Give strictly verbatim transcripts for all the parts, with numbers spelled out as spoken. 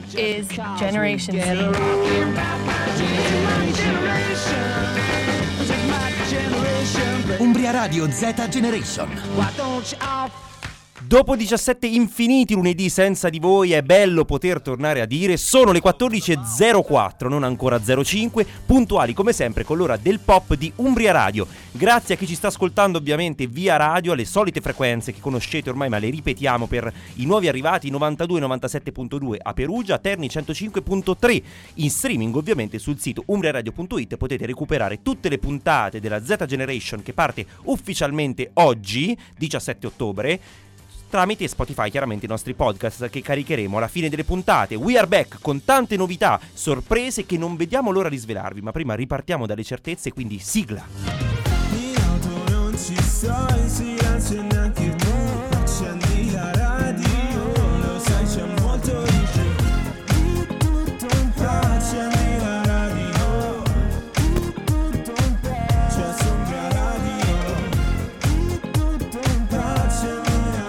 is Generation Z. Umbria Radio Z Generation. Dopo diciassette infiniti lunedì senza di voi è bello poter tornare a dire sono le quattordici e zero quattro, non ancora zero cinque, puntuali come sempre con l'ora del pop di Umbria Radio. Grazie a chi ci sta ascoltando ovviamente via radio alle solite frequenze che conoscete ormai ma le ripetiamo per i nuovi arrivati novantadue e novantasette virgola due a Perugia, Terni centocinque virgola tre, in streaming ovviamente sul sito umbriaradio punto it potete recuperare tutte le puntate della Z Generation che parte ufficialmente oggi, diciassette ottobre, tramite Spotify, chiaramente i nostri podcast che caricheremo alla fine delle puntate. We are back con tante novità, sorprese che non vediamo l'ora di svelarvi, ma prima ripartiamo dalle certezze, quindi sigla. In auto non ci sto, in silenzio neanche tu, accendi la radio, lo sai c'è molto di più, tutto un po', accendi la radio, tutto un po', c'è Umbria Radio, tutto un po', accendi.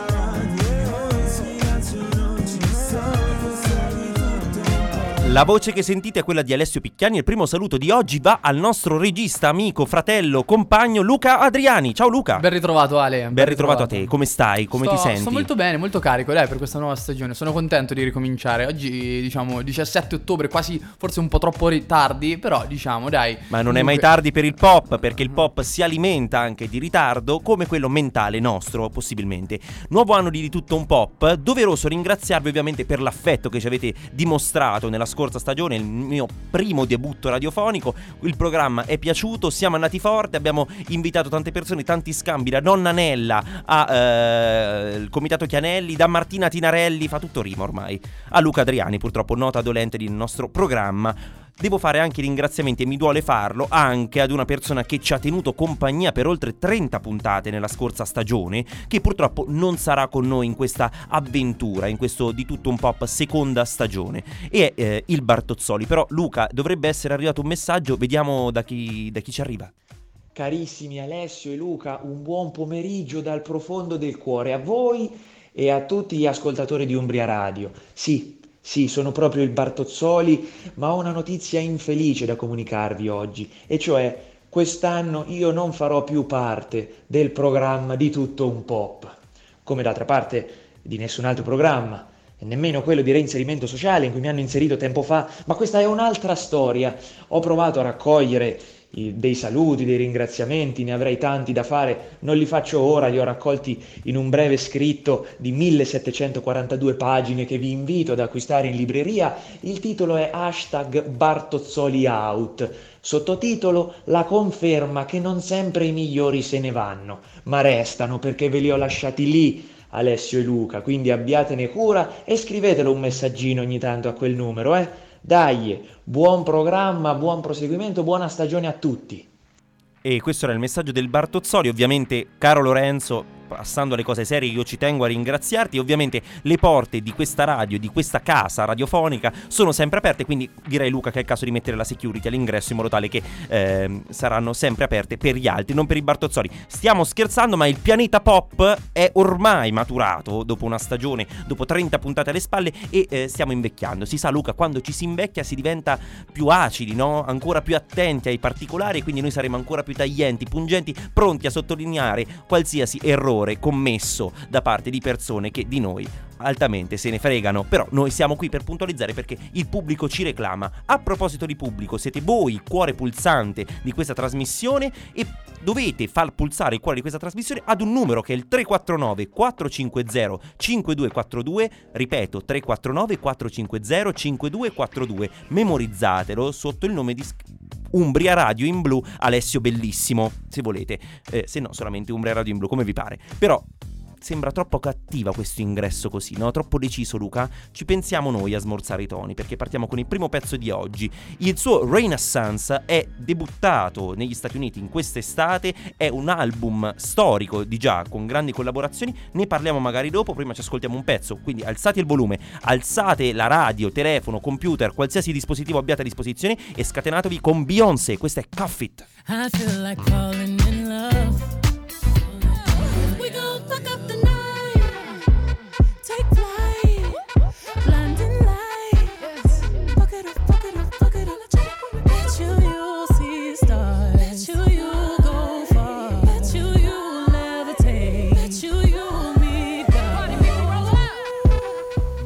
La voce che sentite è quella di Alessio Picchiani. Il primo saluto di oggi va al nostro regista, amico, fratello, compagno Luca Adriani. Ciao Luca. Ben ritrovato Ale. Ben, ben ritrovato a te. Come stai? Come sto, ti senti? Sto molto bene, molto carico dai per questa nuova stagione. Sono contento di ricominciare. Oggi diciamo diciassette ottobre, quasi forse un po' troppo tardi, però diciamo dai. Ma non comunque... è mai tardi per il pop, perché il pop si alimenta anche di ritardo, come quello mentale nostro, possibilmente. Nuovo anno di, di tutto un pop. Doveroso ringraziarvi ovviamente per l'affetto che ci avete dimostrato nella scorsa stagione, il mio primo debutto radiofonico. Il programma è piaciuto, siamo andati forte, abbiamo invitato tante persone, tanti scambi, da Nonna Nella a eh, il Comitato Chianelli, da Martina Tinarelli, fa tutto rima ormai, a Luca Adriani, purtroppo nota dolente del nostro programma. Devo fare anche ringraziamenti, e mi duole farlo, anche ad una persona che ci ha tenuto compagnia per oltre trenta puntate nella scorsa stagione, che purtroppo non sarà con noi in questa avventura, in questo di tutto un pop seconda stagione, e è eh, il Bartozzoli. Però Luca, dovrebbe essere arrivato un messaggio, vediamo da chi, da chi ci arriva. Carissimi Alessio e Luca, un buon pomeriggio dal profondo del cuore a voi e a tutti gli ascoltatori di Umbria Radio. Sì, Sì, sono proprio il Bartozzoli, ma ho una notizia infelice da comunicarvi oggi, e cioè quest'anno io non farò più parte del programma di tutto un pop, come d'altra parte di nessun altro programma, e nemmeno quello di reinserimento sociale in cui mi hanno inserito tempo fa, ma questa è un'altra storia. Ho provato a raccogliere dei saluti, dei ringraziamenti, ne avrei tanti da fare, non li faccio ora, li ho raccolti in un breve scritto di millesettecentoquarantadue pagine che vi invito ad acquistare in libreria. Il titolo è hashtag Bartozzoli out, sottotitolo La conferma che non sempre i migliori se ne vanno, ma restano perché ve li ho lasciati lì, Alessio e Luca, quindi abbiatene cura e scrivetelo un messaggino ogni tanto a quel numero, eh? Dai, buon programma, buon proseguimento, buona stagione a tutti. E questo era il messaggio del Bartozzoli. Ovviamente, caro Lorenzo, passando alle cose serie, io ci tengo a ringraziarti. Ovviamente le porte di questa radio, di questa casa radiofonica sono sempre aperte, quindi direi, Luca, che è il caso di mettere la security all'ingresso in modo tale che eh, saranno sempre aperte per gli altri, non per i Bartozzoli. Stiamo scherzando, ma il pianeta pop è ormai maturato dopo una stagione, dopo trenta puntate alle spalle, e eh, stiamo invecchiando. Si sa, Luca, quando ci si invecchia si diventa più acidi, no? Ancora più attenti ai particolari, quindi noi saremo ancora più taglienti, pungenti, pronti a sottolineare qualsiasi errore commesso da parte di persone che di noi altamente se ne fregano. Però noi siamo qui per puntualizzare, perché il pubblico ci reclama. A proposito di pubblico, siete voi il cuore pulsante di questa trasmissione e dovete far pulsare il cuore di questa trasmissione ad un numero che è il tre quattro nove quattro cinque zero cinque due quattro due, ripeto tre quattro nove quattro cinque zero cinque due quattro due. Memorizzatelo sotto il nome di Umbria Radio in blu, Alessio Bellissimo, se volete, eh, se no solamente Umbria Radio in blu, come vi pare. Però sembra troppo cattiva questo ingresso così, no? Troppo deciso, Luca? Ci pensiamo noi a smorzare i toni, perché partiamo con il primo pezzo di oggi. Il suo Renaissance è debuttato negli Stati Uniti in quest'estate, è un album storico di già, con grandi collaborazioni, ne parliamo magari dopo, prima ci ascoltiamo un pezzo, quindi alzate il volume, alzate la radio, telefono, computer, qualsiasi dispositivo abbiate a disposizione e scatenatevi con Beyoncé. Questa è Cuff It. I feel like falling in love. We gon' fuck up the night. Take flight. Blinding light.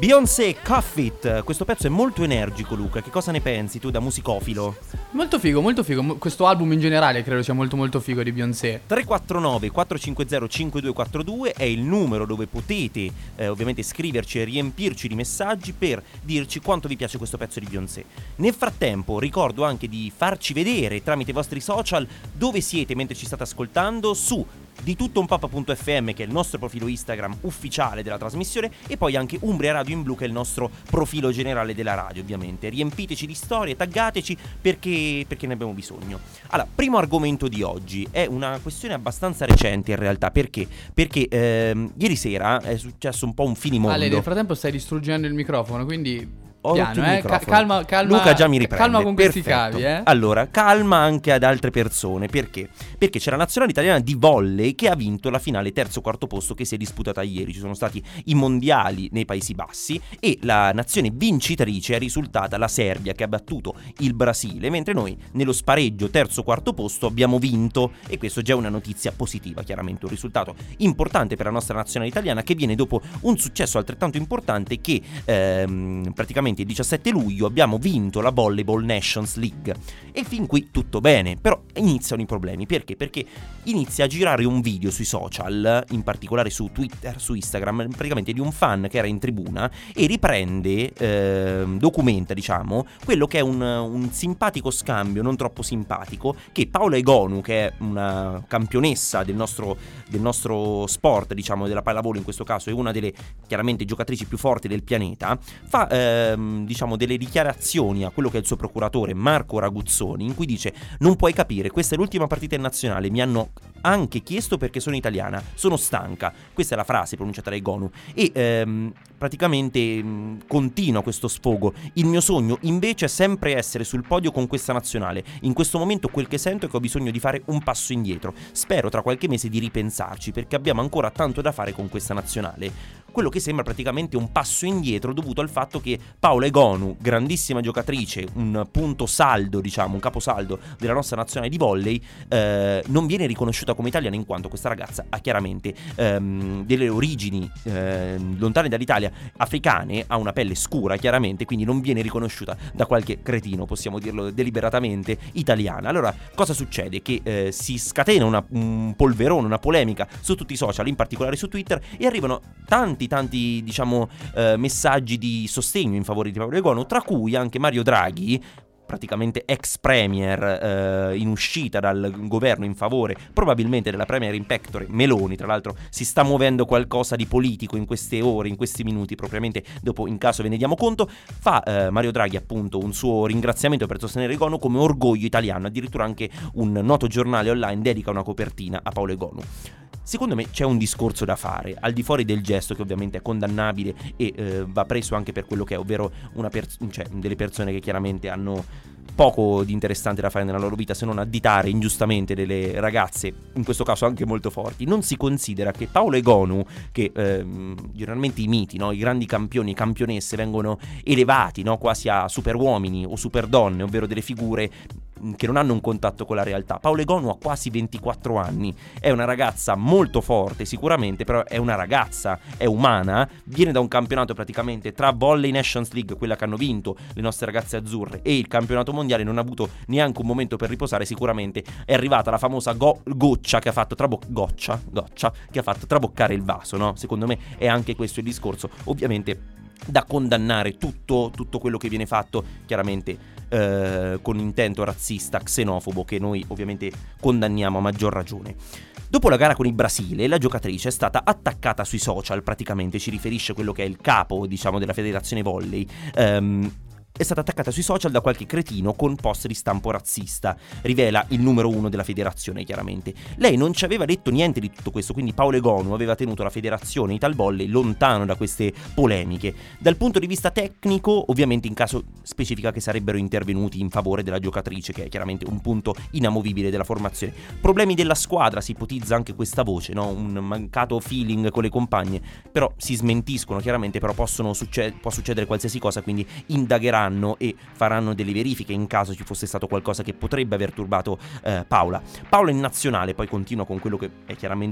Beyoncé, Cuff It. Questo pezzo è molto energico, Luca. Che cosa ne pensi tu da musicofilo? Molto figo, molto figo. M- Questo album in generale credo sia molto molto figo di Beyoncé. tre quattro nove quattro cinque zero cinque due quattro due è il numero dove potete eh, ovviamente scriverci e riempirci di messaggi per dirci quanto vi piace questo pezzo di Beyoncé. Nel frattempo ricordo anche di farci vedere tramite i vostri social dove siete mentre ci state ascoltando su di tutto un pop punto effe emme, che è il nostro profilo Instagram ufficiale della trasmissione, e poi anche Umbria Radio in Blu, che è il nostro profilo generale della radio. Ovviamente riempiteci di storie, taggateci perché, perché ne abbiamo bisogno. Allora, primo argomento di oggi è una questione abbastanza recente in realtà. Perché? Perché ehm, ieri sera è successo un po' un finimondo. Ale, nel frattempo stai distruggendo il microfono, quindi Ho rotto piano, il eh. microfono. Ca- calma, calma. Luca già mi riprende. Calma con questi Perfetto. cavi, eh. Allora, calma anche ad altre persone. Perché? Perché c'è la nazionale italiana di volley che ha vinto la finale terzo quarto posto che si è disputata ieri. Ci sono stati i mondiali nei Paesi Bassi e la nazione vincitrice è risultata la Serbia, che ha battuto il Brasile, mentre noi nello spareggio terzo quarto posto abbiamo vinto, e questo è già una notizia positiva, chiaramente un risultato importante per la nostra nazionale italiana, che viene dopo un successo altrettanto importante che ehm, praticamente il diciassette luglio abbiamo vinto la Volleyball Nations League. E fin qui tutto bene, però iniziano i problemi. Perché? Perché inizia a girare un video sui social, in particolare su Twitter, su Instagram, praticamente di un fan che era in tribuna e riprende, eh, documenta diciamo, quello che è un, un simpatico scambio, non troppo simpatico, che Paola Egonu, che è una campionessa del nostro, del nostro sport, diciamo della pallavolo in questo caso, è una delle chiaramente giocatrici più forti del pianeta, fa ehm, diciamo delle dichiarazioni a quello che è il suo procuratore Marco Raguzzoni, in cui dice: non puoi capire, questa è l'ultima partita in nazionale, mi hanno anche chiesto perché sono italiana, sono stanca. Questa è la frase pronunciata da Egonu. E ehm, praticamente mh, continua questo sfogo: il mio sogno invece è sempre essere sul podio con questa nazionale. In questo momento quel che sento è che ho bisogno di fare un passo indietro. Spero tra qualche mese di ripensarci, perché abbiamo ancora tanto da fare con questa nazionale. Quello che sembra praticamente un passo indietro dovuto al fatto che Paola Egonu, grandissima giocatrice, un punto saldo, diciamo, un caposaldo della nostra nazionale di volley, eh, non viene riconosciuta come italiana, in quanto questa ragazza ha chiaramente ehm, delle origini eh, lontane dall'Italia, africane, ha una pelle scura chiaramente, quindi non viene riconosciuta da qualche cretino, possiamo dirlo deliberatamente, italiana. Allora cosa succede? Che eh, si scatena una, un polverone, una polemica su tutti i social, in particolare su Twitter, e arrivano tanti tanti diciamo eh, messaggi di sostegno in favore di Paola Egonu, tra cui anche Mario Draghi, praticamente ex premier eh, in uscita dal governo in favore probabilmente della premier in pectore Meloni. Tra l'altro si sta muovendo qualcosa di politico in queste ore, in questi minuti, propriamente dopo, in caso ve ne diamo conto. Fa eh, Mario Draghi appunto un suo ringraziamento per sostenere Egonu come orgoglio italiano, addirittura anche un noto giornale online dedica una copertina a Paola Egonu. Secondo me c'è un discorso da fare, al di fuori del gesto che ovviamente è condannabile e eh, va preso anche per quello che è, ovvero una pers- cioè, delle persone che chiaramente hanno poco di interessante da fare nella loro vita se non additare ingiustamente delle ragazze, in questo caso anche molto forti. Non si considera che Paola Egonu, che ehm, generalmente i miti, no? I grandi campioni, campionesse vengono elevati, no? Quasi a superuomini o superdonne, ovvero delle figure che non hanno un contatto con la realtà. Paola Egonu ha quasi ventiquattro anni, è una ragazza molto forte sicuramente, però è una ragazza, è umana, viene da un campionato praticamente tra Volley Nations League, quella che hanno vinto le nostre ragazze azzurre, e il campionato mondiale, non ha avuto neanche un momento per riposare. Sicuramente è arrivata la famosa go- goccia che ha fatto trabo- goccia, goccia che ha fatto traboccare il vaso, no? Secondo me è anche questo il discorso, ovviamente da condannare tutto, tutto quello che viene fatto, chiaramente eh, con intento razzista, xenofobo, che noi ovviamente condanniamo a maggior ragione. Dopo la gara con il Brasile, la giocatrice è stata attaccata sui social, praticamente ci riferisce quello che è il capo, diciamo, della federazione volley. Um, È stata attaccata sui social da qualche cretino con post di stampo razzista, rivela il numero uno della federazione chiaramente. Lei non ci aveva detto niente di tutto questo, quindi Paola Egonu aveva tenuto la federazione Ital Volley lontano da queste polemiche. Dal punto di vista tecnico, ovviamente in caso specifica che sarebbero intervenuti in favore della giocatrice, che è chiaramente un punto inamovibile della formazione. Problemi della squadra, si ipotizza anche questa voce, no? Un mancato feeling con le compagne, però si smentiscono chiaramente, però possono succe- può succedere qualsiasi cosa, quindi indagheranno e faranno delle verifiche in caso ci fosse stato qualcosa che potrebbe aver turbato eh, Paola. Paola in nazionale poi continua con quello che è chiaramente il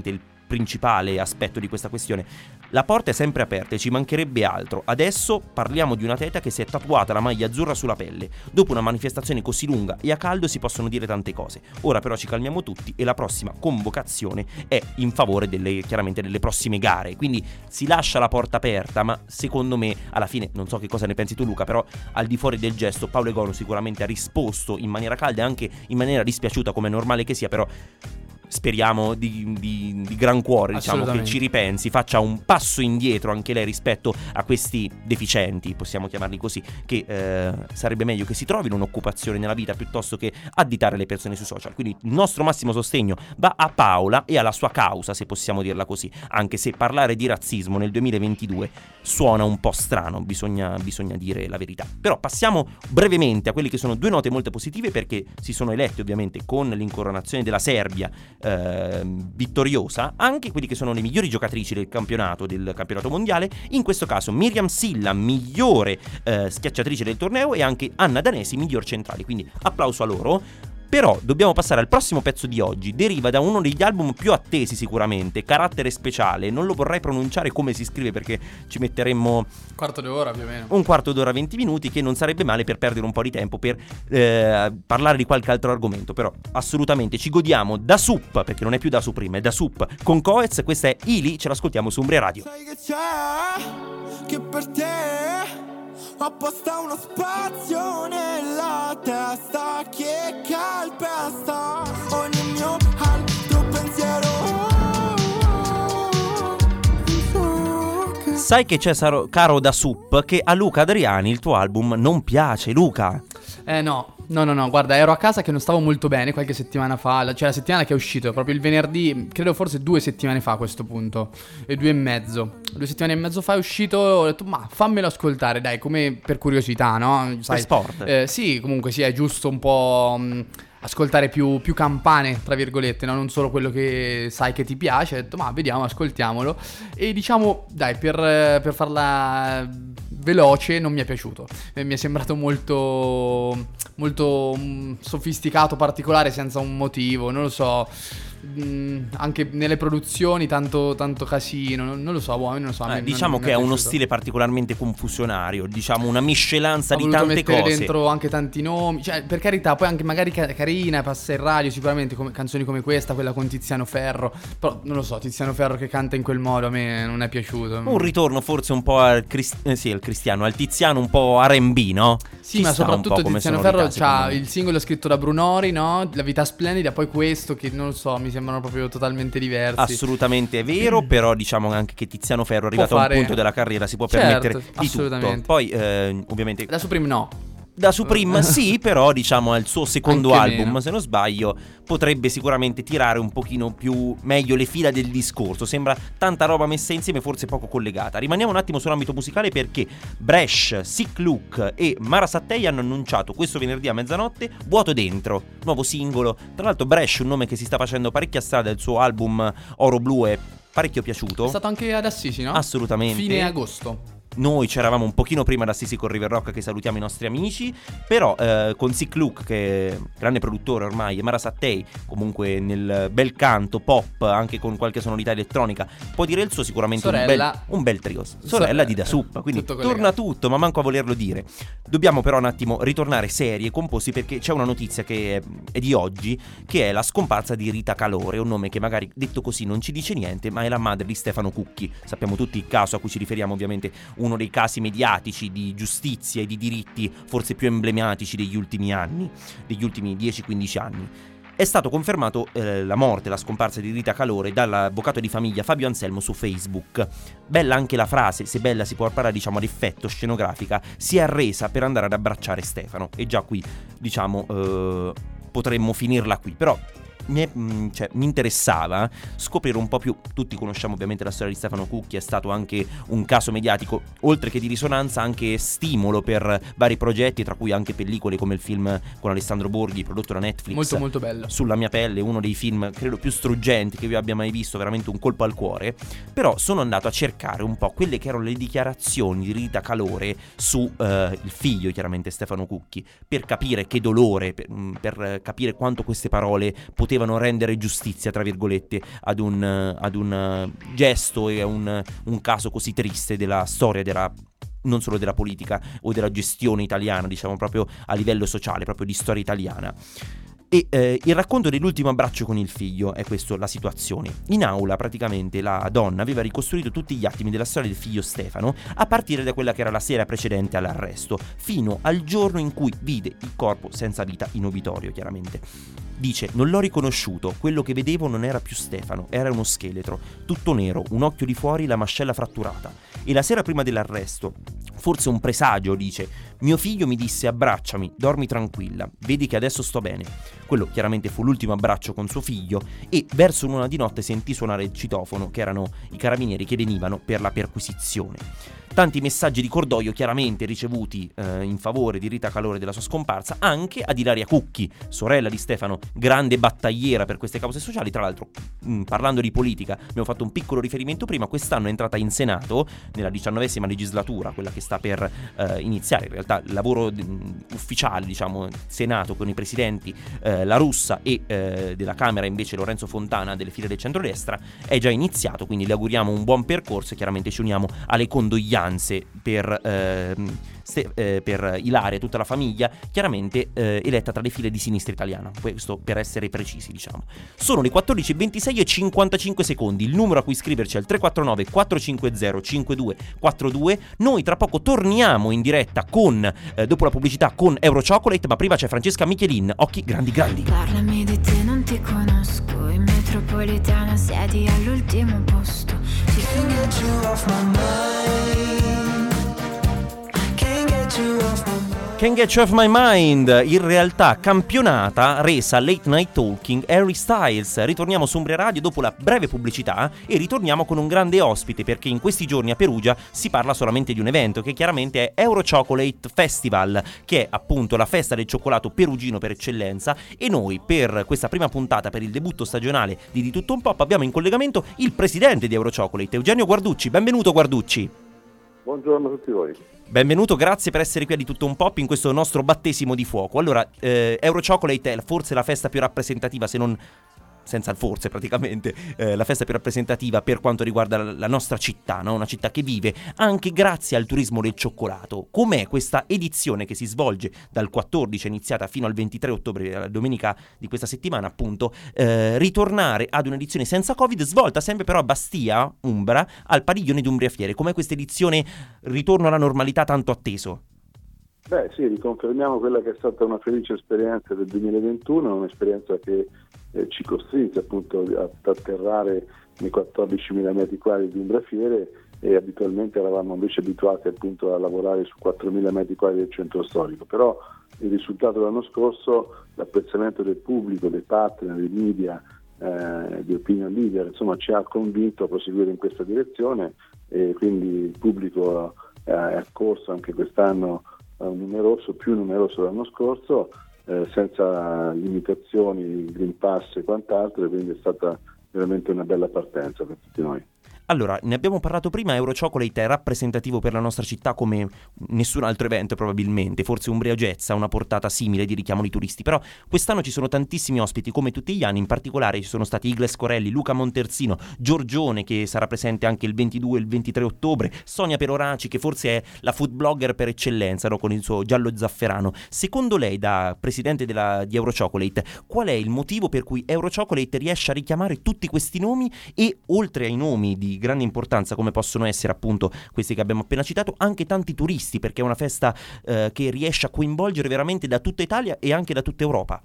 principale aspetto di questa questione. La porta è sempre aperta e ci mancherebbe altro. Adesso parliamo di una teta che si è tatuata la maglia azzurra sulla pelle. Dopo una manifestazione così lunga e a caldo si possono dire tante cose. Ora però ci calmiamo tutti e la prossima convocazione è in favore delle, chiaramente delle prossime gare. Quindi si lascia la porta aperta, ma secondo me alla fine, non so che cosa ne pensi tu Luca, però al di fuori del gesto Paolo Egonu sicuramente ha risposto in maniera calda e anche in maniera dispiaciuta, come è normale che sia, però speriamo di, di, di gran cuore, diciamo, che ci ripensi, faccia un passo indietro anche lei rispetto a questi deficienti, possiamo chiamarli così, che eh, sarebbe meglio che si trovino un'occupazione nella vita piuttosto che additare le persone sui social. Quindi il nostro massimo sostegno va a Paola e alla sua causa, se possiamo dirla così, anche se parlare di razzismo nel duemilaventidue suona un po' strano, bisogna, bisogna dire la verità. Però passiamo brevemente a quelle che sono due note molto positive, perché si sono eletti ovviamente con l'incoronazione della Serbia Eh, vittoriosa anche quelli che sono le migliori giocatrici del campionato del campionato mondiale, in questo caso Miriam Silla, migliore eh, schiacciatrice del torneo, e anche Anna Danesi, miglior centrale, quindi applauso a loro. Però dobbiamo passare al prossimo pezzo di oggi. Deriva da uno degli album più attesi sicuramente, Carattere Speciale. Non lo vorrei pronunciare come si scrive perché ci metteremmo quarto d'ora più o meno. Un quarto d'ora, venti minuti, che non sarebbe male per perdere un po' di tempo per eh, parlare di qualche altro argomento. Però assolutamente ci godiamo Da Sup, perché non è più Da Supreme, è Da Sup con Coez. Questa è Ili, ce l'ascoltiamo su Umbria Radio. Sai che c'è, che per te ho apposta uno spazio nella testa che calpesta ogni mio altro pensiero. Sai che c'è, Saro, caro Da Sup, che a Luca Adriani il tuo album non piace, Luca? Eh no, no, no, no, guarda, ero a casa che non stavo molto bene qualche settimana fa, cioè la settimana che è uscito, proprio il venerdì, credo forse due settimane fa a questo punto, e due e mezzo, due settimane e mezzo fa è uscito, ho detto ma fammelo ascoltare, dai, come per curiosità, no? Sai, per sport. Eh, sì, comunque sì, è giusto un po' mh, ascoltare più, più campane, tra virgolette, no? Non solo quello che sai che ti piace, ho detto ma vediamo, ascoltiamolo, e diciamo, dai, per, per farla veloce, non mi è piaciuto, mi è sembrato molto molto mh, sofisticato, particolare, senza un motivo, non lo so. Mh, anche nelle produzioni tanto, tanto casino, non, non lo so, boh, non lo so, eh, me, diciamo non, che non ha è uno piaciuto. stile particolarmente confusionario, diciamo una miscelanza Ha di voluto tante mettere cose dentro anche tanti nomi, cioè per carità, poi anche magari ca- carina, passa in radio sicuramente, come, canzoni come questa, quella con Tiziano Ferro, però non lo so, Tiziano Ferro che canta in quel modo a me non è piaciuto. Un ritorno forse un po' al, Crist- eh, sì, al Cristiano, al Tiziano un po' R and B, no? Sì, Ci ma sta un soprattutto po' come Tiziano sonorità, Ferro secondo c'ha me. il singolo scritto da Brunori, no? La vita splendida, poi questo che non lo so, mi sembrano proprio totalmente diversi. Assolutamente è vero, però diciamo anche che Tiziano Ferro, arrivato fare- a un punto della carriera, si può Certo, permettere di assolutamente. tutto. Poi eh, ovviamente Da Supreme no. Da Supreme sì, però diciamo al suo secondo Anche album, meno. se non sbaglio, potrebbe sicuramente tirare un pochino più meglio le fila del discorso. Sembra tanta roba messa insieme, forse poco collegata. Rimaniamo un attimo sull'ambito musicale, perché Bresh, Sick Look e Mara Sattei hanno annunciato questo venerdì a mezzanotte Vuoto Dentro, nuovo singolo. Tra l'altro Bresh, un nome che si sta facendo parecchia strada, il suo album Oro Blu è parecchio piaciuto. È stato anche ad Assisi, no? Assolutamente. Fine agosto. Noi c'eravamo un pochino prima da Assisi con River Rock, che salutiamo i nostri amici. Però eh, con Sick Look, che è grande produttore ormai, e Mara Sattei comunque nel bel canto pop, anche con qualche sonorità elettronica, può dire il suo, sicuramente un bel, Sorella. un bel trio. Sorella, Sorella. di Da Sup, quindi Tutto torna collegato. tutto, ma manco a volerlo dire. Dobbiamo però un attimo ritornare seri e composti, perché c'è una notizia che è, è di oggi, che è la scomparsa di Rita Calore, un nome che magari detto così non ci dice niente, ma è la madre di Stefano Cucchi. Sappiamo tutti il caso a cui ci riferiamo, ovviamente uno dei casi mediatici di giustizia e di diritti forse più emblematici degli ultimi anni, degli ultimi dieci quindici anni. È stato confermato eh, la morte, la scomparsa di Rita Calore dall'avvocato di famiglia Fabio Anselmo su Facebook. Bella anche la frase, se bella si può parlare, diciamo, ad effetto scenografica, si è arresa per andare ad abbracciare Stefano. E già qui, diciamo, eh, potremmo finirla qui, però mi, è, mh, cioè, mi interessava scoprire un po' più. Tutti conosciamo ovviamente la storia di Stefano Cucchi, è stato anche un caso mediatico, oltre che di risonanza anche stimolo per vari progetti, tra cui anche pellicole come il film con Alessandro Borghi prodotto da Netflix, Molto molto bello. Sulla mia pelle, uno dei film credo più struggenti che io abbia mai visto, veramente un colpo al cuore. Però sono andato a cercare un po' quelle che erano le dichiarazioni di Rita Calore su eh, il figlio, chiaramente Stefano Cucchi, per capire che dolore, per, per capire quanto queste parole potevano potevano rendere giustizia, tra virgolette, ad un, ad un gesto e a un, un caso così triste della storia della, non solo della politica o della gestione italiana, diciamo proprio a livello sociale, proprio di storia italiana. E eh, il racconto dell'ultimo abbraccio con il figlio è questa la situazione. In aula praticamente la donna aveva ricostruito tutti gli attimi della storia del figlio Stefano, a partire da quella che era la sera precedente all'arresto, fino al giorno in cui vide il corpo senza vita in obitorio, chiaramente. Dice: non l'ho riconosciuto, quello che vedevo non era più Stefano, era uno scheletro, tutto nero, un occhio di fuori, la mascella fratturata. E la sera prima dell'arresto, forse un presagio, dice, mio figlio mi disse: abbracciami, dormi tranquilla, vedi che adesso sto bene. Quello chiaramente fu l'ultimo abbraccio con suo figlio, e verso l'una di notte sentì suonare il citofono, che erano i carabinieri che venivano per la perquisizione. Tanti messaggi di cordoglio chiaramente ricevuti eh, in favore di Rita Calore della sua scomparsa, anche ad Ilaria Cucchi, sorella di Stefano, grande battagliera per queste cause sociali. Tra l'altro, mh, parlando di politica, abbiamo fatto un piccolo riferimento prima, quest'anno è entrata in Senato, nella diciannovesima legislatura, quella che sta per eh, iniziare, in realtà il lavoro mh, ufficiale, diciamo, Senato con i presidenti eh, La Russa e eh, della Camera invece Lorenzo Fontana delle file del centrodestra, è già iniziato, quindi le auguriamo un buon percorso e chiaramente ci uniamo alle condoglianze per, eh, ste, eh, per Ilaria e tutta la famiglia, chiaramente eh, eletta tra le file di Sinistra Italiana, questo per essere precisi, diciamo. Sono le quattordici e ventisei e cinquantacinque secondi, il numero a cui scriverci è il tre quattro nove quattro cinque zero cinque due quattro due. Noi tra poco torniamo in diretta con eh, dopo la pubblicità con Eurochocolate, ma prima c'è Francesca Michelin, Occhi grandi grandi. Parlami di te, non ti conosco, in metropolitana siedi all'ultimo posto. Can't get you off my mind. Can't get you off my mind. Can't Get You Off My Mind, in realtà campionata, resa Late Night Talking Harry Styles. Ritorniamo su Umbria Radio dopo la breve pubblicità e ritorniamo con un grande ospite, perché in questi giorni a Perugia si parla solamente di un evento che chiaramente è Eurochocolate Festival, che è appunto la festa del cioccolato perugino per eccellenza, e noi per questa prima puntata, per il debutto stagionale di Di Tutto Un Pop, abbiamo in collegamento il presidente di Eurochocolate, Eugenio Guarducci. Benvenuto Guarducci. Buongiorno a tutti voi. Benvenuto, grazie per essere qui a Di Tutto Un Pop in questo nostro battesimo di fuoco. Allora, eh, Eurochocolate è forse la festa più rappresentativa, se non senza il forse praticamente, eh, la festa più rappresentativa per quanto riguarda la, la nostra città, no? Una città che vive anche grazie al turismo del cioccolato. Com'è questa edizione che si svolge dal quattordici, iniziata fino al ventitré ottobre, la domenica di questa settimana appunto, eh, ritornare ad un'edizione senza Covid, svolta sempre però a Bastia, Umbra, al padiglione d'Umbria Fiere. Com'è questa edizione ritorno alla normalità tanto atteso? Beh sì, riconfermiamo quella che è stata una felice esperienza del duemilaventuno, un'esperienza che eh, ci costrinse appunto ad atterrare nei quattordicimila metri quadri di Umbria Fiere, e abitualmente eravamo invece abituati appunto a lavorare su quattromila metri quadri del centro storico. Però il risultato dell'anno scorso, l'apprezzamento del pubblico, dei partner, dei media, eh, di opinion leader, insomma ci ha convinto a proseguire in questa direzione, e quindi il pubblico eh, è accorso anche quest'anno numeroso, più numeroso dell'anno scorso, eh, senza limitazioni, Green Pass e quant'altro, e quindi è stata veramente una bella partenza per tutti noi. Allora, ne abbiamo parlato prima, Eurochocolate è rappresentativo per la nostra città come nessun altro evento probabilmente, forse Umbria Jazz ha una portata simile di richiamo di turisti, però quest'anno ci sono tantissimi ospiti come tutti gli anni, in particolare ci sono stati Igles Corelli, Luca Montersino, Giorgione che sarà presente anche il ventidue e il ventitré ottobre, Sonia Peroraci che forse è la food blogger per eccellenza, no? Con il suo giallo zafferano. Secondo lei, da presidente della, di Eurochocolate, qual è il motivo per cui Eurochocolate riesce a richiamare tutti questi nomi e, oltre ai nomi di grande importanza come possono essere appunto questi che abbiamo appena citato, anche tanti turisti, perché è una festa eh, che riesce a coinvolgere veramente da tutta Italia e anche da tutta Europa?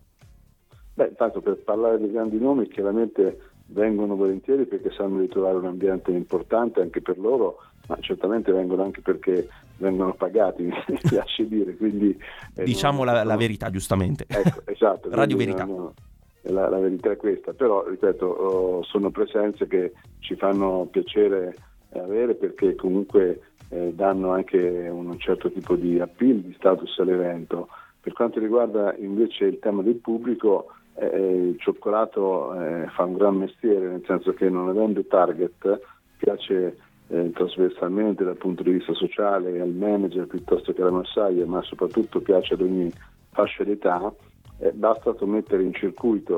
Beh, tanto per parlare dei grandi nomi, chiaramente vengono volentieri perché sanno di trovare un ambiente importante anche per loro, ma certamente vengono anche perché vengono pagati, mi piace dire, quindi eh, diciamo non, la, la non... verità, giustamente. Ecco, esatto. Radio Verità. No, no. La, la verità è questa, però ripeto, oh, sono presenze che ci fanno piacere avere, perché comunque eh, danno anche un certo tipo di appeal, di status all'evento. Per quanto riguarda invece il tema del pubblico, eh, il cioccolato eh, fa un gran mestiere, nel senso che non avendo target piace eh, trasversalmente dal punto di vista sociale al manager piuttosto che alla massaia, ma soprattutto piace ad ogni fascia d'età. Eh, basta mettere in circuito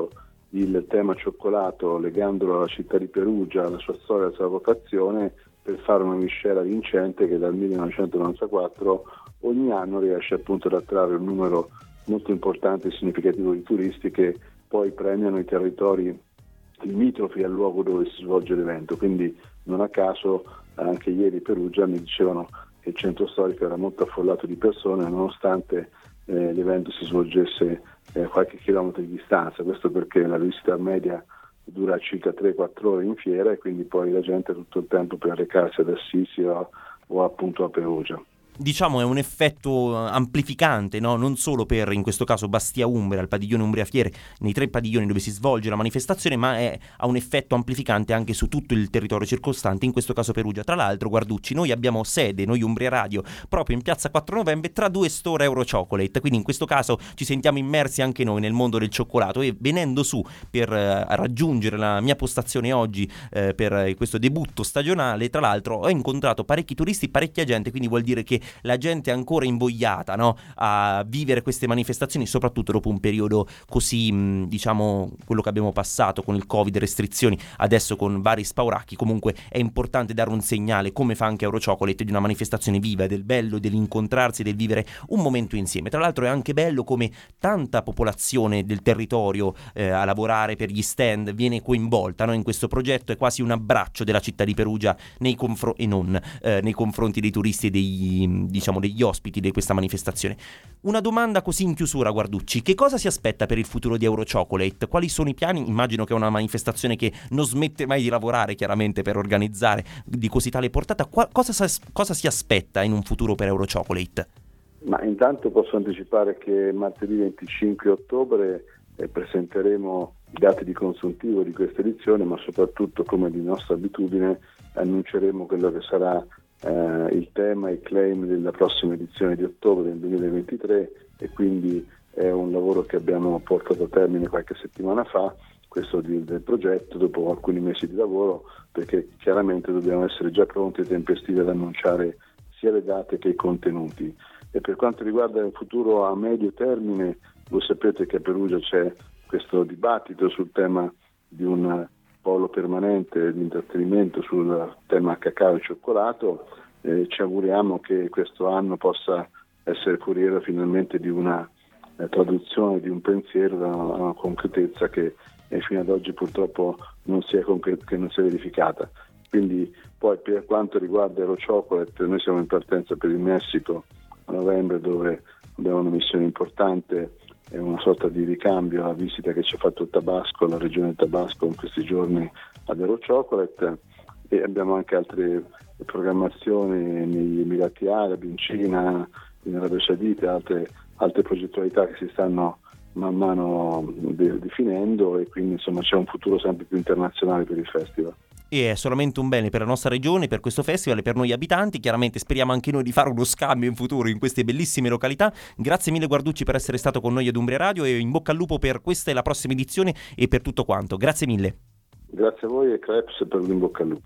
il tema cioccolato legandolo alla città di Perugia, alla sua storia, alla sua vocazione, per fare una miscela vincente che dal millenovecentonovantaquattro ogni anno riesce appunto ad attrarre un numero molto importante e significativo di turisti che poi premiano i territori limitrofi al luogo dove si svolge l'evento. Quindi non a caso anche ieri Perugia mi dicevano che il centro storico era molto affollato di persone nonostante eh, l'evento si svolgesse eh, qualche chilometro di distanza. Questo perché la visita media dura circa tre quattro ore in fiera e quindi poi la gente ha tutto il tempo per recarsi ad Assisi o, o appunto a Perugia. Diciamo è un effetto amplificante, no? Non solo per, in questo caso, Bastia Umbria, il padiglione Umbria Fiere, nei tre padiglioni dove si svolge la manifestazione, ma è, ha un effetto amplificante anche su tutto il territorio circostante, in questo caso Perugia. Tra l'altro, Guarducci, noi abbiamo sede, noi Umbria Radio, proprio in piazza quattro novembre tra due store Euro Chocolate, quindi in questo caso ci sentiamo immersi anche noi nel mondo del cioccolato e venendo su per eh, raggiungere la mia postazione oggi eh, per eh, questo debutto stagionale, tra l'altro ho incontrato parecchi turisti, parecchia gente, quindi vuol dire che la gente è ancora invogliata, no? A vivere queste manifestazioni, soprattutto dopo un periodo così, mh, diciamo, quello che abbiamo passato con il Covid, restrizioni, adesso con vari spauracchi. Comunque è importante dare un segnale, come fa anche Euro Chocolate, di una manifestazione viva, del bello, dell'incontrarsi, del vivere un momento insieme. Tra l'altro è anche bello come tanta popolazione del territorio eh, a lavorare per gli stand viene coinvolta, no? In questo progetto. È quasi un abbraccio della città di Perugia nei confro- e non eh, nei confronti dei turisti e dei diciamo degli ospiti di questa manifestazione. Una domanda così in chiusura, Guarducci: che cosa si aspetta per il futuro di Euro Chocolate? Quali sono i piani? Immagino che è una manifestazione che non smette mai di lavorare, chiaramente, per organizzare di così tale portata. Qua- cosa, sa- cosa si aspetta in un futuro per Euro Chocolate? Ma intanto posso anticipare che martedì venticinque ottobre eh, presenteremo i dati di consuntivo di questa edizione, ma soprattutto, come di nostra abitudine, annunceremo quello che sarà Uh, il tema e il claim della prossima edizione di ottobre del duemilaventitré, e quindi è un lavoro che abbiamo portato a termine qualche settimana fa, questo di, del progetto, dopo alcuni mesi di lavoro, perché chiaramente dobbiamo essere già pronti e tempestivi ad annunciare sia le date che i contenuti. E per quanto riguarda il futuro a medio termine, voi sapete che a Perugia c'è questo dibattito sul tema di un polo permanente di intrattenimento sul tema cacao e cioccolato. Eh, ci auguriamo che questo anno possa essere foriero finalmente di una eh, traduzione di un pensiero da una, una concretezza che eh, fino ad oggi purtroppo non si è, concret- che non si è verificata. Quindi poi per quanto riguarda Euro Chocolate, noi siamo in partenza per il Messico a novembre, dove abbiamo una missione importante, è una sorta di ricambio alla visita che ci ha fatto il Tabasco, la regione del Tabasco in questi giorni ad Euro Chocolate, e abbiamo anche altre programmazioni negli Emirati Arabi, in Cina, in Arabia Saudita, altre, altre progettualità che si stanno man mano de- definendo, e quindi insomma c'è un futuro sempre più internazionale per il festival. E è solamente un bene per la nostra regione, per questo festival e per noi abitanti. Chiaramente speriamo anche noi di fare uno scambio in futuro in queste bellissime località. Grazie mille, Guarducci, per essere stato con noi ad Umbria Radio, e in bocca al lupo per questa e la prossima edizione e per tutto quanto. Grazie mille. Grazie a voi e Krebs per l'in bocca al lupo.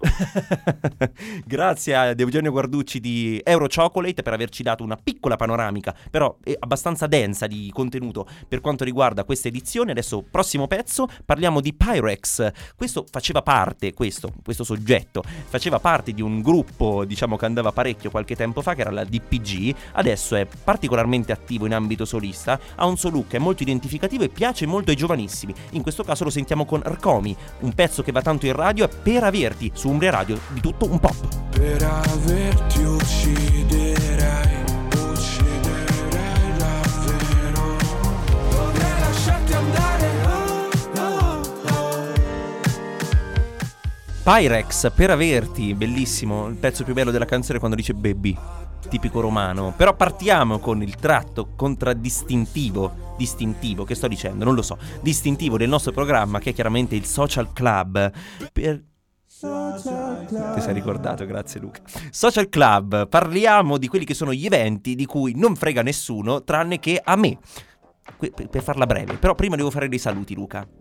Grazie a Eugenio Guarducci di Euro Chocolate per averci dato una piccola panoramica, però abbastanza densa di contenuto per quanto riguarda questa edizione. Adesso, prossimo pezzo, parliamo di Pyrex. Questo faceva parte, questo, questo soggetto, faceva parte di un gruppo, diciamo, che andava parecchio qualche tempo fa, che era la D P G. Adesso è particolarmente attivo in ambito solista, ha un suo look, è molto identificativo e piace molto ai giovanissimi. In questo caso lo sentiamo con Rcomi, un pezzo che va tanto in radio, è Per averti su Umbria Radio, di tutto un pop. Per averti ucciderei, ucciderei davvero. Potrei lasciarti andare, oh, oh, oh. Pyrex, Per averti, bellissimo, il pezzo più bello della canzone quando dice baby, tipico romano. Però partiamo con il tratto contraddistintivo distintivo, che sto dicendo, non lo so, distintivo del nostro programma, che è chiaramente il Social Club. Per... Ti sei ricordato, grazie Luca. Social Club, parliamo di quelli che sono gli eventi di cui non frega nessuno tranne che a me, per farla breve. Però prima devo fare dei saluti, Luca.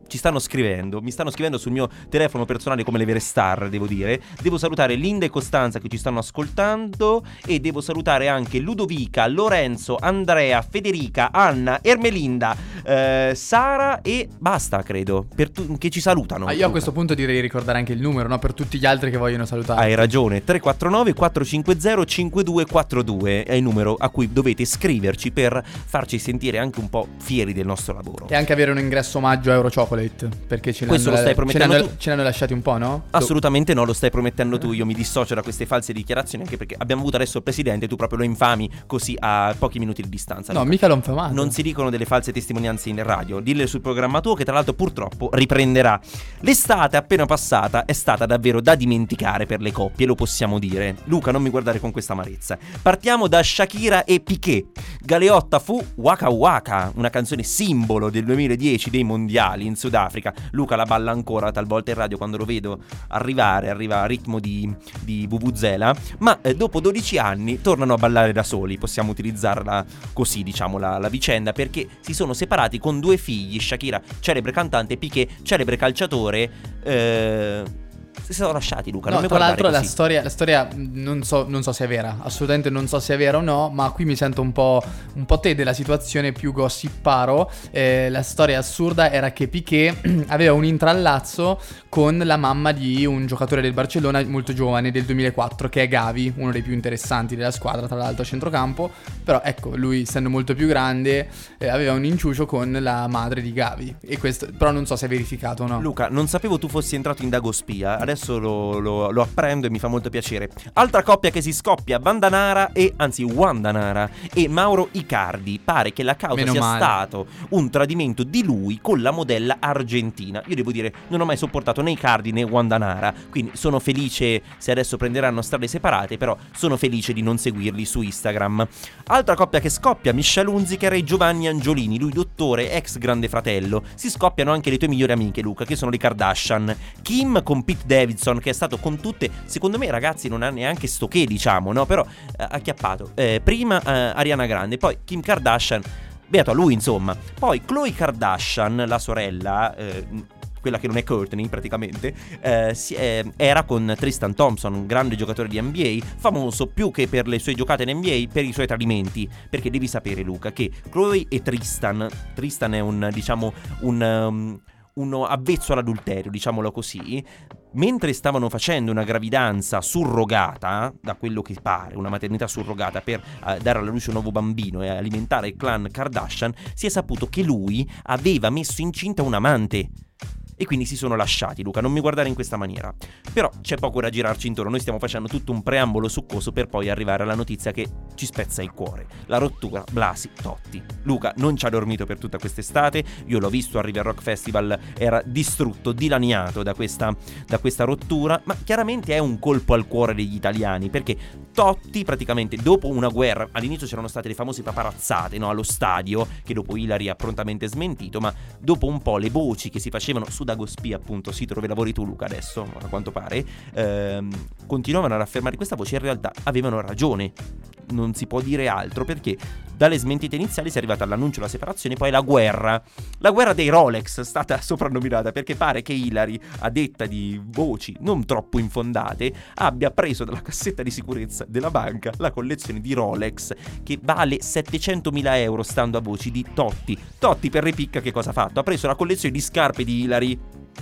ci stanno scrivendo, mi stanno scrivendo sul mio telefono personale come le vere star, devo dire. Devo salutare Linda e Costanza che ci stanno ascoltando, e devo salutare anche Ludovica, Lorenzo, Andrea, Federica, Anna, Ermelinda, eh, Sara e basta, credo, per tu- che ci salutano. Ah, io a questo punto direi di ricordare anche il numero, no? Per tutti gli altri che vogliono salutare. Hai ragione, tre quattro nove quattro cinque zero cinque due quattro due è il numero a cui dovete scriverci per farci sentire anche un po' fieri del nostro lavoro. E anche avere un ingresso omaggio a Euro Chocolate, perché ce Questo lo stai promettendo ce ne hanno, tu? ce ne hanno lasciati un po', no? Assolutamente no, lo stai promettendo tu. Io mi dissocio da queste false dichiarazioni, anche perché abbiamo avuto adesso il presidente, tu proprio lo infami così a pochi minuti di distanza. No, Luca. mica l'ho infamato. Non si dicono delle false testimonianze in radio, dille sul programma tuo che tra l'altro purtroppo riprenderà. L'estate appena passata è stata davvero da dimenticare per le coppie, lo possiamo dire. Luca, non mi guardare con questa amarezza. Partiamo da Shakira e Piqué. Galeotta fu Waka Waka, una canzone simbolo del duemiladieci dei mondiali in Sudafrica. Luca la balla ancora talvolta in radio quando lo vedo arrivare, arriva a ritmo di, di Vuvuzela, ma eh, dopo dodici anni tornano a ballare da soli, possiamo utilizzarla così, diciamo, la, la vicenda, perché si sono separati con due figli. Shakira, celebre cantante, Piqué, celebre calciatore. eh... Si sono lasciati, Luca. No, non mi tra guardare l'altro così. la storia, la storia non so, non so se è vera, assolutamente non so se è vera o no, ma qui mi sento un po', un po' te della situazione più gossiparo. Eh, la storia assurda era che Piqué aveva un intrallazzo con la mamma di un giocatore del Barcellona molto giovane, del duemilaquattro, che è Gavi, uno dei più interessanti della squadra, tra l'altro a centrocampo. Però ecco, lui essendo molto più grande eh, aveva un inciucio con la madre di Gavi, e questo però non so se è verificato o no. Luca, non sapevo tu fossi entrato in Dagospia. Adesso lo, lo, lo apprendo e mi fa molto piacere. Altra coppia che si scoppia, Vandanara e, anzi Wandanara e Mauro Icardi. Pare che la causa Meno sia male. stato un tradimento di lui con la modella argentina. Io devo dire, non ho mai sopportato né Icardi né Wandanara, quindi sono felice se adesso prenderanno strade separate, però sono felice di non seguirli su Instagram. Altra coppia che scoppia, Michelle Hunziker e Giovanni Angiolini, lui dottore, ex Grande Fratello. Si scoppiano anche le tue migliori amiche, Luca, che sono le Kardashian. Kim con Pete Davidson, che è stato con tutte, secondo me ragazzi non ha neanche sto che, diciamo, no? Però eh, acchiappato. Eh, prima eh, Ariana Grande, poi Kim Kardashian, beato a lui insomma. Poi Khloe Kardashian, la sorella, eh, quella che non è Courtney praticamente, eh, si, eh, era con Tristan Thompson, un grande giocatore di N B A, famoso più che per le sue giocate in N B A, per i suoi tradimenti. Perché devi sapere, Luca, che Khloe e Tristan, Tristan è un, diciamo, un... Um, uno avvezzo all'adulterio, diciamolo così, mentre stavano facendo una gravidanza surrogata, da quello che pare, una maternità surrogata per uh, dare alla luce un nuovo bambino e alimentare il clan Kardashian, si è saputo che lui aveva messo incinta un amante. E quindi si sono lasciati, Luca, non mi guardare in questa maniera. Però c'è poco da girarci intorno, noi stiamo facendo tutto un preambolo succoso per poi arrivare alla notizia che ci spezza il cuore. La rottura Blasi-Totti. Luca non ci ha dormito per tutta quest'estate, io l'ho visto al River Rock Festival, era distrutto, dilaniato da questa, da questa rottura, ma chiaramente è un colpo al cuore degli italiani, perché Totti praticamente dopo una guerra, all'inizio c'erano state le famose paparazzate, no, allo stadio, che dopo Ilari ha prontamente smentito, ma dopo un po' le voci che si facevano su Dagospia, appunto, sito dove lavori tu, Luca, adesso, a quanto pare, ehm, continuavano ad affermare questa voce, in realtà avevano ragione, non si può dire altro, perché dalle smentite iniziali si è arrivata all'annuncio della separazione, poi la guerra, la guerra dei Rolex è stata soprannominata, perché pare che Ilari, a detta di voci non troppo infondate, abbia preso dalla cassetta di sicurezza della banca la collezione di Rolex che vale settecentomila euro, stando a voci di Totti. Totti, per ripicca, che cosa ha fatto? Ha preso la collezione di scarpe di Ilari.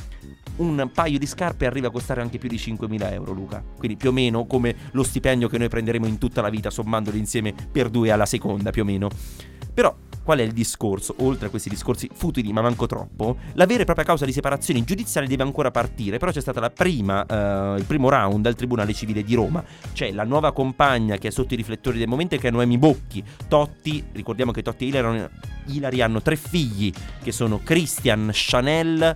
Un paio di scarpe arriva a costare anche più di cinquemila euro, Luca. Quindi più o meno come lo stipendio che noi prenderemo in tutta la vita, sommandoli insieme per due alla seconda, più o meno. Però qual è il discorso? Oltre a questi discorsi futili, ma manco troppo, la vera e propria causa di separazione giudiziaria deve ancora partire. Però c'è stata la prima, uh, il primo round al Tribunale Civile di Roma. C'è la nuova compagna che è sotto i riflettori del momento, che è Noemi Bocchi. Totti, ricordiamo che Totti e Ilari, Ilari hanno tre figli, che sono Christian, Chanel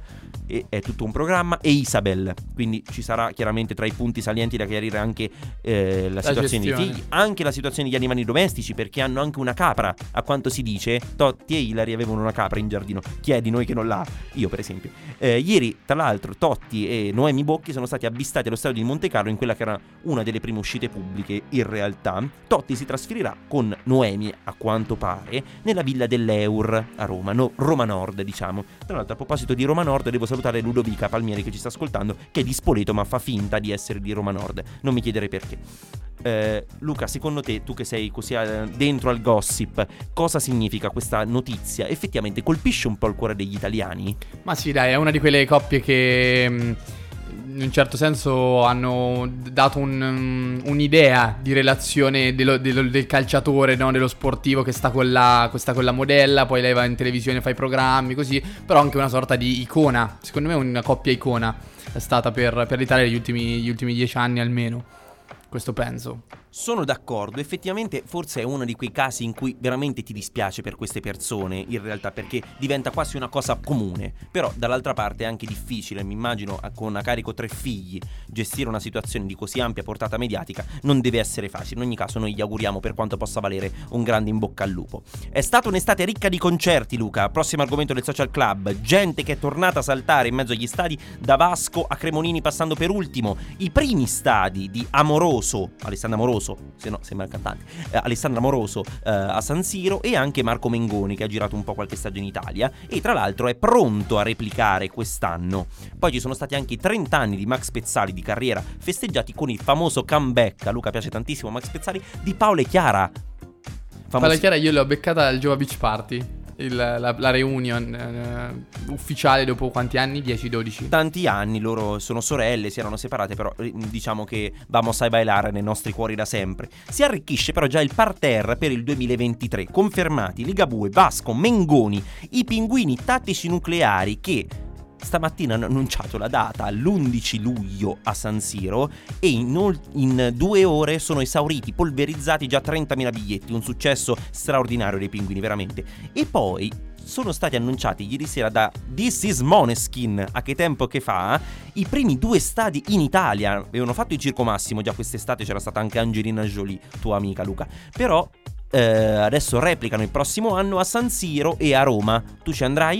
e è tutto un programma, e Isabel, quindi ci sarà chiaramente tra i punti salienti da chiarire anche eh, la, La situazione gestione. dei figli, anche la situazione degli animali domestici, perché hanno anche una capra, a quanto si dice. Totti e Ilari avevano una capra in giardino, chi è di noi che non l'ha? Io per esempio. Eh, ieri tra l'altro Totti e Noemi Bocchi sono stati avvistati allo stadio di Montecarlo in quella che era una delle prime uscite pubbliche. In realtà Totti si trasferirà con Noemi, a quanto pare, nella villa dell'Eur a Roma, no, Roma Nord diciamo. Tra l'altro, a proposito di Roma Nord, devo salutare Ludovica Palmieri che ci sta ascoltando, che è di Spoleto ma fa finta di essere di Roma Nord, non mi chiedere perché. eh, Luca, secondo te, tu che sei così eh, dentro al gossip, cosa significa questa notizia? Effettivamente colpisce un po' il cuore degli italiani? Ma sì, dai, è una di quelle coppie che mh, in un certo senso hanno dato un, um, un'idea di relazione dello, dello, del calciatore, no? Dello sportivo che sta con la, sta con la modella, poi lei va in televisione, fa i programmi, così. Però anche una sorta di icona, secondo me una coppia icona è stata per, per l'Italia negli ultimi, gli ultimi dieci anni almeno. Questo penso. Sono d'accordo, effettivamente forse è uno di quei casi in cui veramente ti dispiace per queste persone, in realtà, perché diventa quasi una cosa comune. Però dall'altra parte è anche difficile, mi immagino, con a carico tre figli, gestire una situazione di così ampia portata mediatica non deve essere facile. In ogni caso noi gli auguriamo, per quanto possa valere, un grande in bocca al lupo. È stata un'estate ricca di concerti, Luca. Prossimo argomento del Social Club: gente che è tornata a saltare in mezzo agli stadi, da Vasco a Cremonini passando per Ultimo. I primi stadi di Amoroso, Alessandro Amoroso, se no sembra il cantante, eh, Alessandro Amoroso eh, a San Siro, e anche Marco Mengoni che ha girato un po' qualche stadio in Italia e tra l'altro è pronto a replicare quest'anno. Poi ci sono stati anche i trenta anni di Max Pezzali di carriera, festeggiati con il famoso comeback, a Luca piace tantissimo Max Pezzali, di Paolo e Chiara. Famosi... Paolo e Chiara io l'ho beccata al Jova Beach Party, il, la, la reunion eh, ufficiale dopo quanti anni? dieci dodici Tanti anni, loro sono sorelle, si erano separate, però diciamo che vamos a bailare nei nostri cuori da sempre. Si arricchisce però già il parterre per il duemilaventitré, confermati Ligabue, Vasco, Mengoni, i pinguini tattici nucleari che stamattina hanno annunciato la data l'undici luglio a San Siro, e in, in due ore sono esauriti, polverizzati già trentamila biglietti, un successo straordinario dei pinguini veramente. E poi sono stati annunciati ieri sera da This Is Måneskin, a che tempo che fa, i primi due stadi in Italia. Avevano fatto il Circo Massimo già quest'estate, c'era stata anche Angelina Jolie, tua amica Luca, però eh, adesso replicano il prossimo anno a San Siro e a Roma. Tu ci andrai?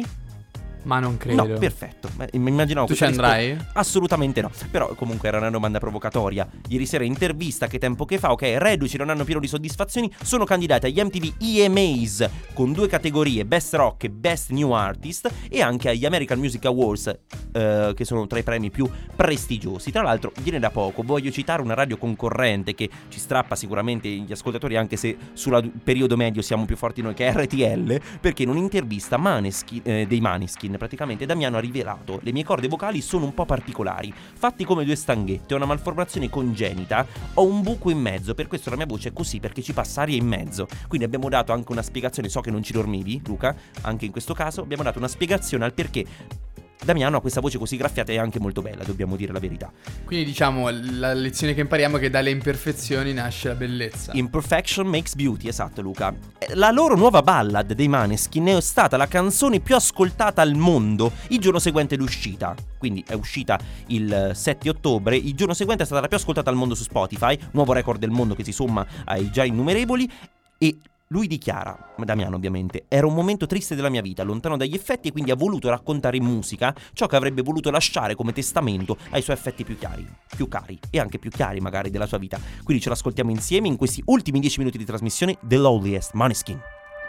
Ma non credo. No, perfetto. Beh, immaginavo Tu ci questa andrai? risposta. Assolutamente no. Però comunque era una domanda provocatoria. Ieri sera intervista, che tempo che fa, ok, reduci non hanno pieno di soddisfazioni, sono candidati agli M T V E M As con due categorie, Best Rock e Best New Artist, e anche agli American Music Awards, eh, che sono tra i premi più prestigiosi. Tra l'altro viene da poco, voglio citare una radio concorrente che ci strappa sicuramente gli ascoltatori, anche se sul periodo medio siamo più forti noi, che è R T L, perché in un'intervista Maneskin, eh, dei Maneskin praticamente, Damiano ha rivelato: le mie corde vocali sono un po' particolari, fatti come due stanghette, ho una malformazione congenita, ho un buco in mezzo, per questo la mia voce è così, perché ci passa aria in mezzo. Quindi abbiamo dato anche una spiegazione, so che non ci dormivi Luca, anche in questo caso abbiamo dato una spiegazione al perché Damiano ha questa voce così graffiata, e anche molto bella, dobbiamo dire la verità. Quindi diciamo la lezione che impariamo è che dalle imperfezioni nasce la bellezza. Imperfection makes beauty, esatto Luca. La loro nuova ballad dei Maneskin è stata la canzone più ascoltata al mondo il giorno seguente l'uscita. Quindi è uscita il sette ottobre, il giorno seguente è stata la più ascoltata al mondo su Spotify, nuovo record del mondo che si somma ai già innumerevoli. E lui dichiara, Damiano ovviamente: era un momento triste della mia vita, lontano dagli effetti, e quindi ha voluto raccontare in musica ciò che avrebbe voluto lasciare come testamento ai suoi affetti più chiari, più cari e anche più chiari magari della sua vita. Quindi ce l'ascoltiamo insieme in questi ultimi dieci minuti di trasmissione, The Loneliest, Måneskin.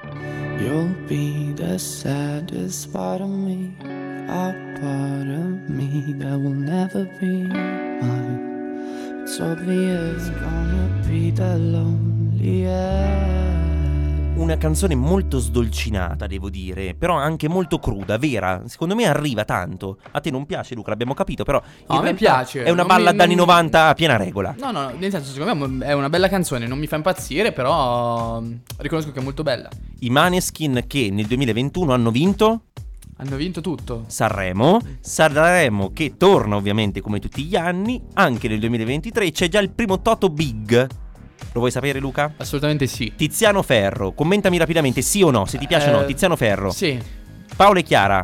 You'll be the saddest part of me, a part of me that will never be mine. It's obvious, gonna be the loneliest. Una canzone molto sdolcinata, devo dire, però anche molto cruda, vera. Secondo me arriva tanto. A te non piace, Luca, l'abbiamo capito, però no, a me piace. È una Non balla mi- d'anni non- novanta a piena regola. No, no, nel senso, secondo me è una bella canzone, non mi fa impazzire, però mm, riconosco che è molto bella. I Måneskin che nel duemilaventuno hanno vinto Hanno vinto tutto. Sanremo. Sanremo che torna ovviamente come tutti gli anni. Anche nel duemilaventitré c'è già il primo Toto Big. Lo vuoi sapere, Luca? Assolutamente sì. Tiziano Ferro, commentami rapidamente sì o no, se ti piace o no. Eh, Tiziano Ferro. Sì. Paolo e Chiara.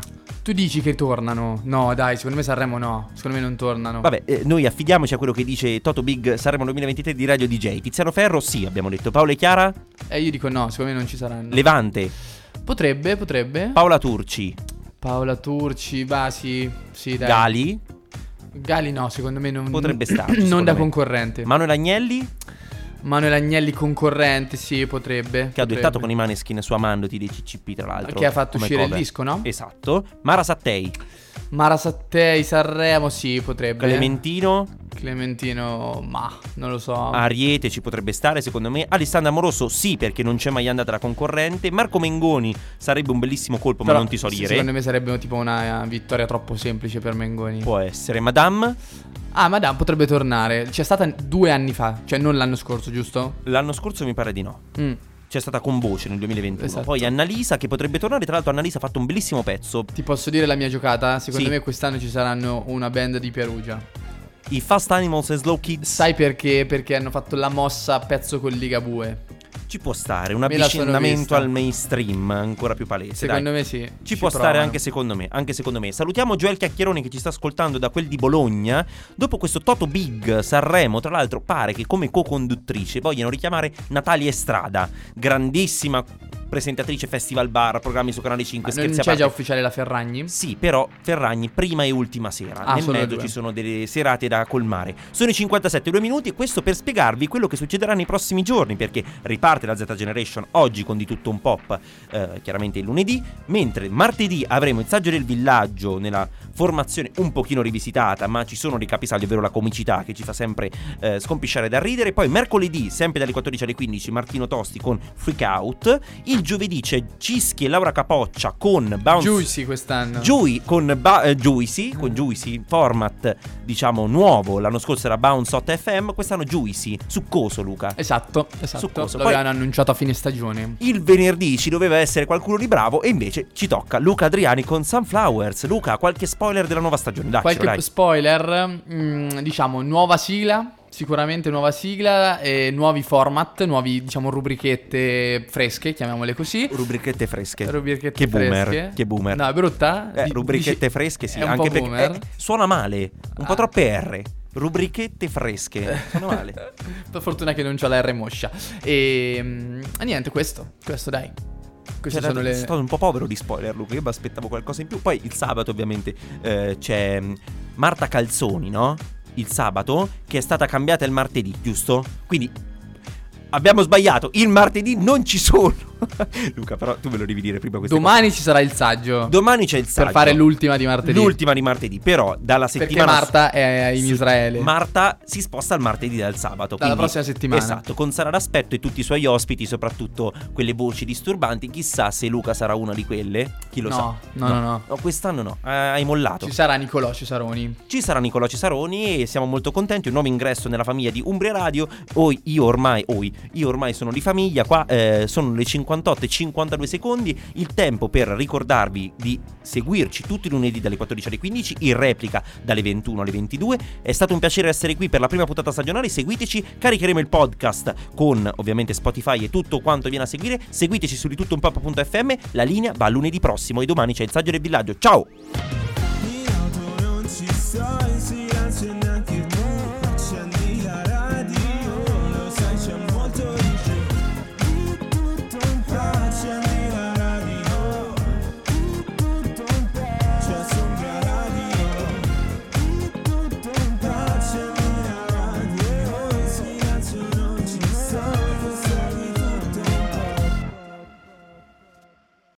Tu dici che tornano? No, dai, secondo me Sanremo no. Secondo me non tornano. Vabbè, eh, noi affidiamoci a quello che dice Toto Big Sanremo duemilaventitré di Radio D J. Tiziano Ferro, sì, abbiamo detto. Paola e Chiara? Eh, io dico no, secondo me non ci saranno. Levante? Potrebbe, potrebbe. Paola Turci? Paola Turci, bah sì, sì dai. Gali? Gali no, secondo me non Potrebbe starci, non da me. concorrente. Manuel Agnelli? Manuel Agnelli concorrente, sì, potrebbe. Che ha duettato con i Maneskin su Amandoti dei C C P, tra l'altro. Che ha fatto come uscire cover. il disco, no? Esatto. Mara Sattei? Mara Sattei, Sanremo, sì, potrebbe. Clementino? Clementino, ma non lo so. Ariete ci potrebbe stare, secondo me. Alessandra Amoroso, sì, perché non c'è mai andata da concorrente. Marco Mengoni sarebbe un bellissimo colpo, Però, ma non ti so sì, dire. secondo me sarebbe tipo una vittoria troppo semplice per Mengoni. Può essere. Madame? Ah, Madame potrebbe tornare. C'è stata due anni fa, cioè non l'anno scorso, giusto? L'anno scorso mi pare di no. Mm. C'è stata con Voce nel duemilaventuno. Esatto. Poi Annalisa che potrebbe tornare. Tra l'altro Annalisa ha fatto un bellissimo pezzo. Ti posso dire la mia giocata? Secondo Sì. me quest'anno ci saranno una band di Perugia. I Fast Animals e Slow Kids. Sai perché? Perché hanno fatto la mossa a pezzo con Ligabue. Ci può stare un Me la sono avvicinamento vista. al mainstream ancora più palese. Secondo dai. me sì. Ci, può stare provano. anche secondo me, anche secondo me. Salutiamo Joel Chiacchieroni che ci sta ascoltando da quel di Bologna. Dopo questo Toto Big Sanremo, tra l'altro pare che come co-conduttrice vogliano richiamare Natalia Estrada, grandissima presentatrice Festival Bar, programmi su Canale cinque, Ma non scherzi a c'è parte. già ufficiale la Ferragni? Sì, però Ferragni prima e ultima sera. Ah, Nel solo mezzo due. ci sono delle serate da colmare. Sono i cinquantasette, due minuti, e questo per spiegarvi quello che succederà nei prossimi giorni, perché riparte la Z Generation oggi con Di Tutto Un Pop, eh, chiaramente il lunedì, mentre martedì avremo il Saggio del Villaggio nella formazione un pochino rivisitata, ma ci sono dei capisaldi, ovvero la comicità che ci fa sempre eh, scompisciare da ridere. Poi mercoledì, sempre dalle quattordici alle quindici, Martino Tosti con Freak Out. Il giovedì c'è Cischi e Laura Capoccia con Bounce Juicy quest'anno. Giui con ba- eh, Juicy, con Juicy, format diciamo nuovo. L'anno scorso era Bounce Hot F M, quest'anno Juicy, succoso Luca. Esatto, esatto. Succoso. Lo Poi- avevano annunciato a fine stagione. Il venerdì ci doveva essere qualcuno di bravo e invece ci tocca Luca Adriani con Sunflowers. Luca, qualche spoiler della nuova stagione? Daccelo, Qualche dai. spoiler, mm, diciamo nuova sigla, sicuramente nuova sigla e nuovi format, nuovi diciamo rubrichette fresche, chiamiamole così. Rubrichette fresche. Rubrichette Che boomer, fresche. che boomer. No, è brutta? Eh, Di- rubrichette dici- fresche, sì, è un anche po' perché boomer. eh, suona male, un po' Ah. troppe R. Rubrichette fresche, suona male. Per fortuna che non c'ho la R moscia. E mm, niente, questo, questo dai. Queste Cioè, sono è le... stato un po' povero di spoiler, Luca. Io mi aspettavo qualcosa in più. Poi il sabato, ovviamente, eh, c'è mm, Marta Calzoni, no? Il sabato, che è stata cambiata il martedì, giusto? Quindi abbiamo sbagliato. Il martedì non ci sono. Luca, però tu me lo devi dire prima queste Domani ci sarà il saggio. cose. Domani c'è il saggio. Per fare l'ultima di martedì. L'ultima di martedì. Però dalla Perché settimana Marta è in Sì, Israele. Marta si sposta al martedì dal sabato. Dalla quindi- prossima settimana. Esatto, con Sara D'Aspetto e tutti i suoi ospiti, soprattutto quelle voci disturbanti. Chissà se Luca sarà una di quelle. Chi lo No, sa? no, no, no. No, quest'anno no, eh, hai mollato. Ci sarà Nicolò Cesaroni. Ci sarà Nicolò Cesaroni e siamo molto contenti. Un nuovo ingresso nella famiglia di Umbria Radio. Oi, io ormai, oi, io ormai sono di famiglia. Qua eh, sono le cinquantotto e cinquantadue secondi. Il tempo per ricordarvi di seguirci tutti i lunedì dalle quattordici alle quindici, in replica dalle ventuno alle ventidue. È stato un piacere essere qui per la prima puntata stagionale. Seguiteci, caricheremo il podcast con ovviamente Spotify e tutto quanto viene a seguire. Seguiteci su di tutto un pop punto f m. La linea va lunedì prossimo e domani c'è il Saggio del Villaggio. Ciao! In auto non ci stai, sì.